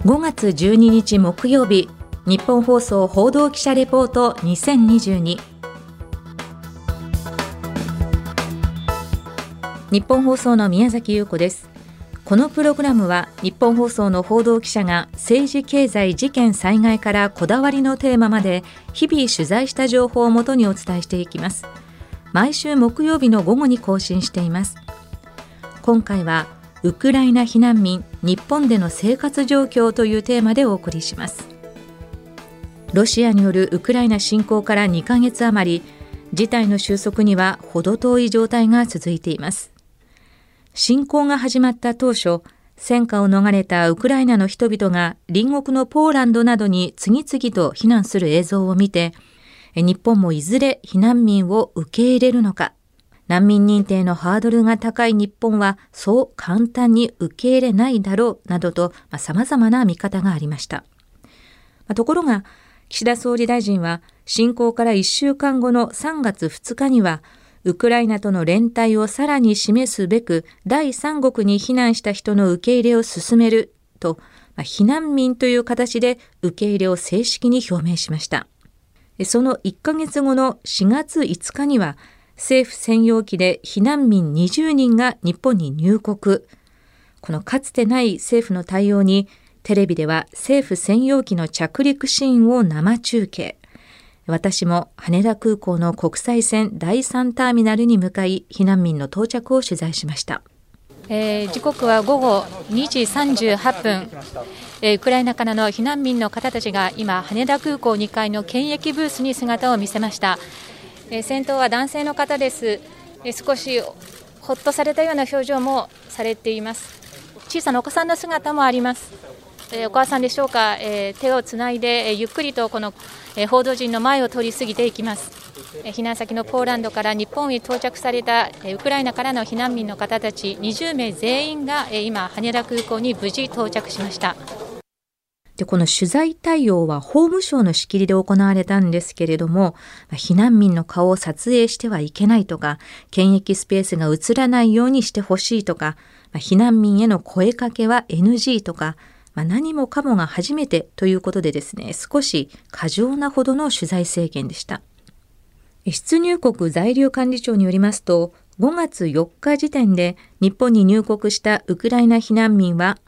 5月12日木曜日、日本放送報道記者レポート2022。日本放送の宮崎優子です。このプログラムは日本放送の報道記者が政治経済事件災害からこだわりのテーマまで日々取材した情報をもとにお伝えしていきます。毎週木曜日の午後に更新しています。今回はウクライナ避難民日本での生活状況というテーマでお送りします。ロシアによるウクライナ侵攻から2ヶ月余り、事態の収束には程遠い状態が続いています。侵攻が始まった当初、戦火を逃れたウクライナの人々が隣国のポーランドなどに次々と避難する映像を見て、日本もいずれ避難民を受け入れるのか、難民認定のハードルが高い日本はそう簡単に受け入れないだろうなどと、様々な見方がありました。ところが、岸田総理大臣は侵攻から1週間後の3月2日には、ウクライナとの連帯をさらに示すべく、第三国に避難した人の受け入れを進めると、避難民という形で受け入れを正式に表明しました。その1ヶ月後の4月5日には、政府専用機で避難民20人が日本に入国。このかつてない政府の対応に、テレビでは政府専用機の着陸シーンを生中継。私も羽田空港の国際線第3ターミナルに向かい、避難民の到着を取材しました。 時刻は午後2時38分。ウクライナからの避難民の方たちが今、羽田空港2階の検疫ブースに姿を見せました。先頭は男性の方です。少しほっとされたような表情もされています。小さなお子さんの姿もあります。お母さんでしょうか、手をつないでゆっくりとこの報道陣の前を通り過ぎていきます。避難先のポーランドから日本へ到着されたウクライナからの避難民の方たち20名全員が今羽田空港に無事到着しました。 で、この取材対応は法務省の仕切りで行われたんですけれども、避難民の顔を撮影してはいけないとか、検疫スペースが映らないようにしてほしいとか、避難民への声かけは NG とか、何もかもが初めてということでですね、少し過剰なほどの取材制限でした。出入国在留管理庁によりますと、5月4日時点で日本に入国したウクライナ避難民は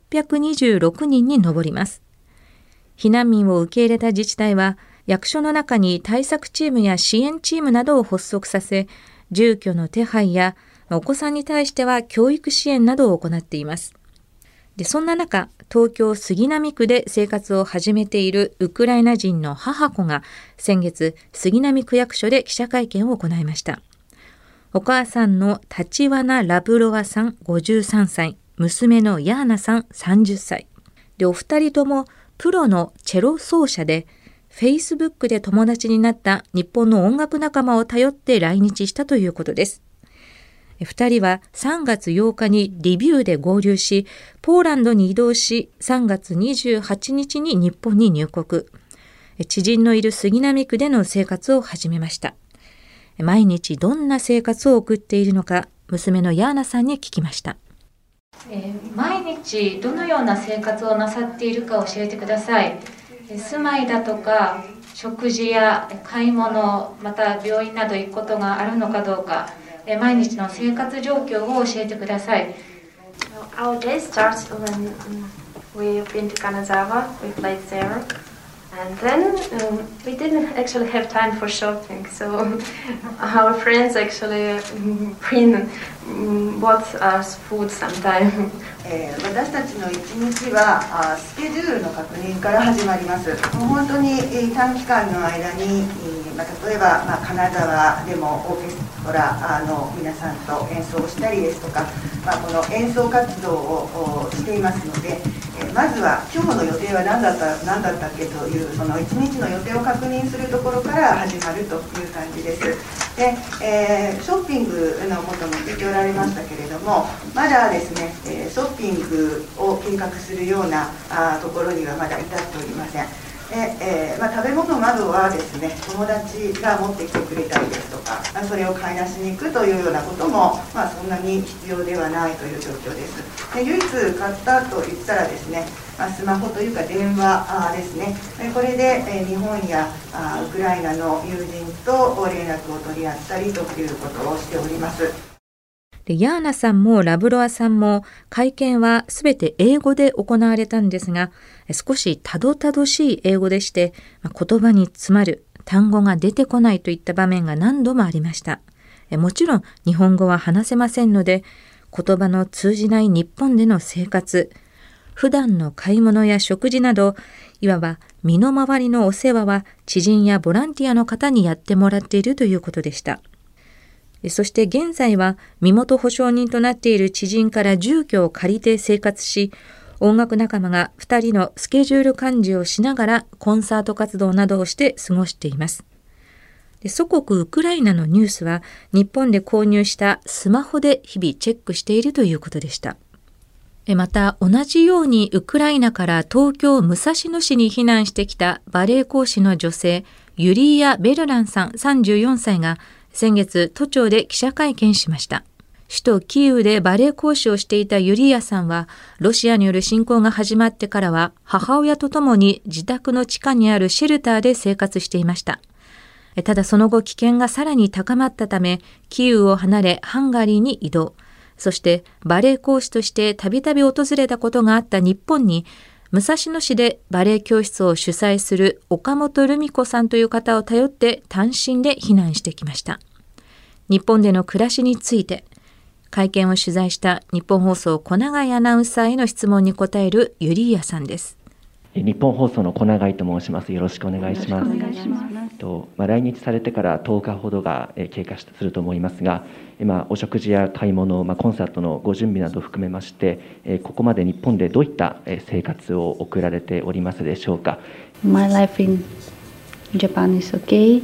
826人に上ります。避難民を受け入れた自治体は、役所の中に対策チームや支援チームなどを発足させ、住居の手配やお子さんに対しては教育支援などを行っています。で、そんな中、東京杉並区で生活を始めているウクライナ人の母子が先月、杉並区役所で記者会見を行いました。お母さんのタチワナ・ラブロワさん53歳、娘のヤーナさん30歳。で、お二人ともプロのチェロ奏者で、Facebook で友達になった日本の音楽仲間を頼って来日したということです。2人は3月8日にリビウで合流し、ポーランドに移動し、3月28日に日本に入国。知人のいる杉並区での生活を始めました。毎日どんな生活を送っているのか、娘のヤーナさんに聞きました。 毎日どのような生活をなさっているか教えてください。住まいだとか、食事や買い物、また病院など行くことがあるのかどうか、毎日の生活状況を教えてください。 Our day starts when we've been to Kanazawa, we played there, and then we didn't actually have time for shopping, so our friends actually bought us food sometime. 私たちの一日はスケジュールの確認から始まります。もう本当に短期間の間に、例えば、金沢でもオーケストラの皆さんと演奏をしたりですとか、この演奏活動をしていますので、まずは今日の予定は何だったっけというその一日の予定を確認するところから始まるという感じです。で、ショッピングのことも聞いておられましたけれども、まだですね、ショッピングを計画するようなところにはまだ至っておりません。 食べ物などはですね、友達が持ってきてくれたりですとか、それを買い出しに行くというようなことも、そんなに必要ではないという状況です。で、唯一買ったと言ったらですね、スマホというか電話ですね。これで日本やウクライナの友人と連絡を取り合ったりということをしております。 で、ヤーナさんもラブロワさんも会見はすべて英語で行われたんですが、少したどたどしい英語でして、言葉に詰まる、単語が出てこないといった場面が何度もありました。もちろん日本語は話せませんので、言葉の通じない日本での生活、普段の買い物や食事など、いわば身の回りのお世話は知人やボランティアの方にやってもらっているということでした。そして現在は身元保証人となっている知人から住居を借りて生活し、音楽仲間が2人のスケジュール管理をしながらコンサート活動などをして過ごしています。祖国ウクライナのニュースは日本で購入したスマホで日々チェックしているということでした。また同じようにウクライナから東京武蔵野市に避難してきたバレエ講師の女性ユリーア・ベルランさん34歳が先月都庁で記者会見しました。首都キーウでバレエ講師をしていたユリーアさんはロシアによる侵攻が始まってからは母親と共に自宅の地下にあるシェルターで生活していました。ただその後危険がさらに高まったためキーウを離れハンガリーに移動。そしてバレエ講師としてたびたび訪れたことがあった日本に武蔵野市でバレエ教室を主催する岡本留美子さんという方を頼って単身で避難してきました。日本での暮らしについて会見を取材した日本放送小永井アナウンサーへの質問に答えるユリーアさんです。 日本放送の小永井と申します。よろしくお願いします。来日されてから10日ほどが経過すると思いますが、今お食事や買い物、コンサートのご準備などを含めまして、ここまで日本でどういった生活を送られておりますでしょうか。 My life in Japan is okay.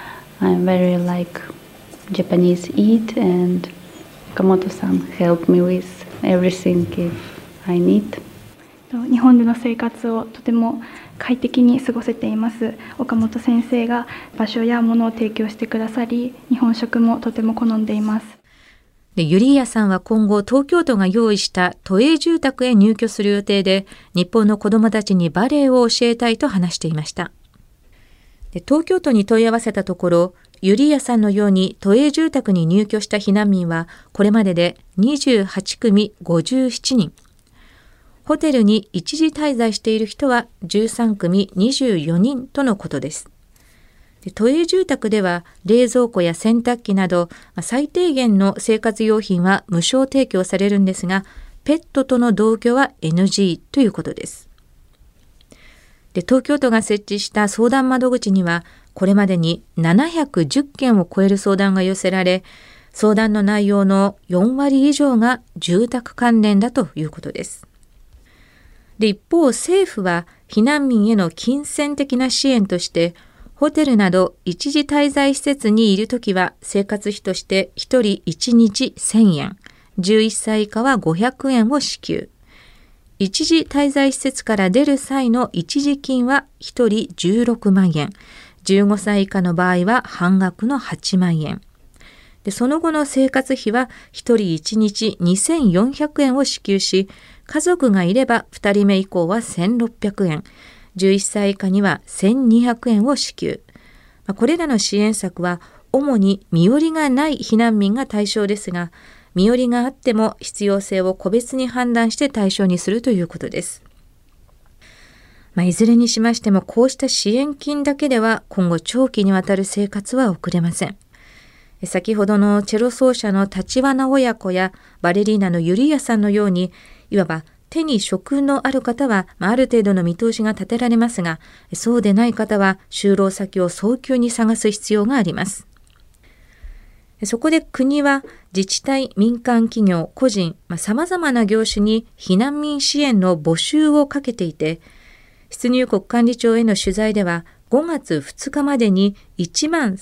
I'm very like Japanese eat and Okamoto-san help me with everything if I need. 日本での生活をとても快適に過ごせています。岡本先生が場所や物を提供してくださり、日本食もとても好んでいます。 ユリーアさんは今後東京都が用意した都営住宅へ入居する予定で、日本の子どもたちにバレエを教えたいと話していました。東京都に問い合わせたところ、ユリーアさんのように都営住宅に入居した避難民はこれまでで28組57人。ホテルに一時滞在している人は13組24人とのことです。都営住宅では冷蔵庫や洗濯機など最低限の生活用品は無償提供されるんですが、ペットとの同居は NG ということです。東京都が設置した相談窓口にはこれまでに710件を超える相談が寄せられ、相談の内容の4割以上が住宅関連だということです。一方、政府は避難民への金銭的な支援として、ホテルなど一時滞在施設にいるときは生活費として1人1日1000円、11歳以下は500円を支給。一時滞在施設から出る際の一時金は1人16万円、15歳以下の場合は半額の8万円。その後の生活費は1人1日2400円を支給し、家族がいれば2人目以降は1600円、11歳以下には1200円を支給。これらの支援策は主に身寄りがない避難民が対象ですが、身寄りがあっても必要性を個別に判断して対象にするということです。いずれにしましてもこうした支援金だけでは今後長期にわたる生活は送れません。先ほどのチェロ奏者の立花親子やバレリーナのユリーアさんのように、いわば手に職のある方はある程度の見通しが立てられますが、そうでない方は就労先を早急に探す必要があります。そこで国は自治体、民間企業、個人、様々な業種に避難民支援の募集をかけていて、出入国管理庁への取材では5月2日までに1万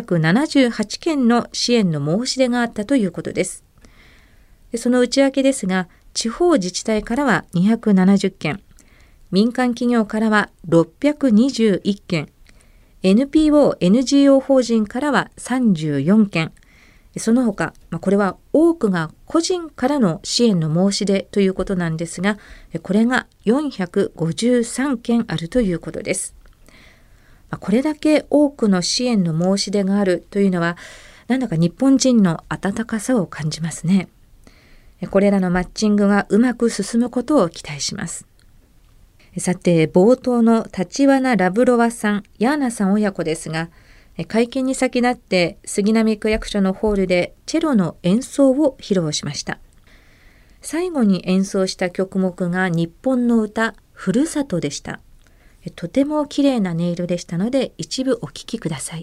378件の支援の申し出があったということです。その内訳ですが、地方自治体からは270件、 民間企業からは621件、NPO・NGO 法人からは34件、その他、これは多くが個人からの支援の申し出ということなんですが、これが453件あるということです。これだけ多くの支援の申し出があるというのは、なんだか日本人の温かさを感じますね。これらのマッチングがうまく進むことを期待します。さて、冒頭のタチワナ・ラブロワさん、ヤーナさん親子ですが、会見に先立って杉並区役所のホールでチェロの演奏を披露しました。最後に演奏した曲目が日本の歌、ふるさとでした。とても綺麗な音色でしたので、一部お聴きください。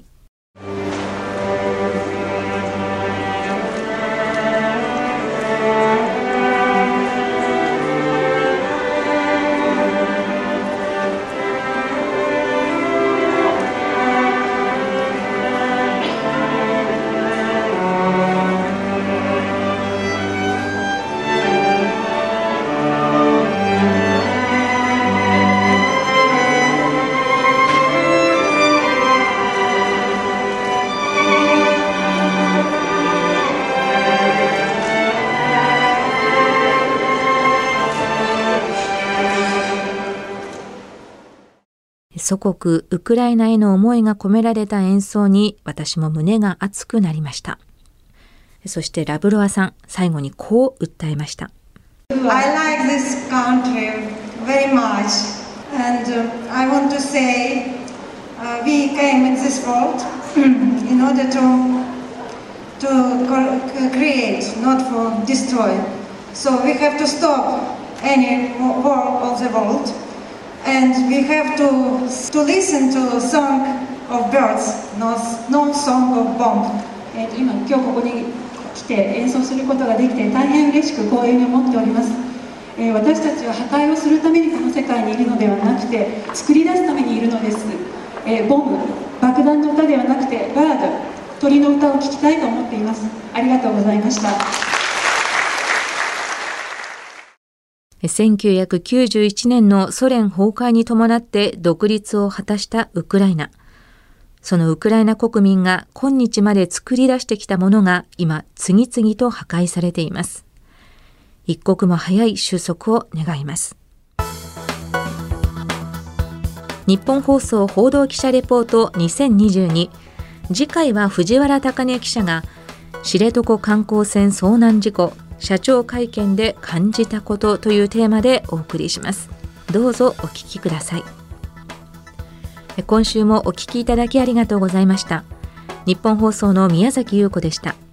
祖国ウクライナへの思いが込められた演奏に私も胸が熱くなりました。そしてラブロワさん、最後にこう訴えました。 I like this country very much and I want to say we came in this world in order to create, not for destroy. So we have to stop any war of the world.And we have to listen to song of birds, no song of bomb. 今日ここに来て演奏することができて大変嬉しく光栄に思っております。私たちは破壊をするためにこの世界にいるのではなくて、作り出すためにいるのです。ボム、爆弾の歌ではなくてバード、鳥の歌を聴きたいと思っています。ありがとうございました。 1991年のソ連崩壊に伴って独立を果たしたウクライナ。そのウクライナ国民が今日まで作り出してきたものが今次々と破壊されています。一刻も早い収束を願います。日本放送報道記者レポート2022。次回は藤原貴音記者が知床観光船遭難事故社長会見で感じたことというテーマでお送りします。どうぞお聞きください。今週もお聞きいただきありがとうございました。日本放送の宮崎優子でした。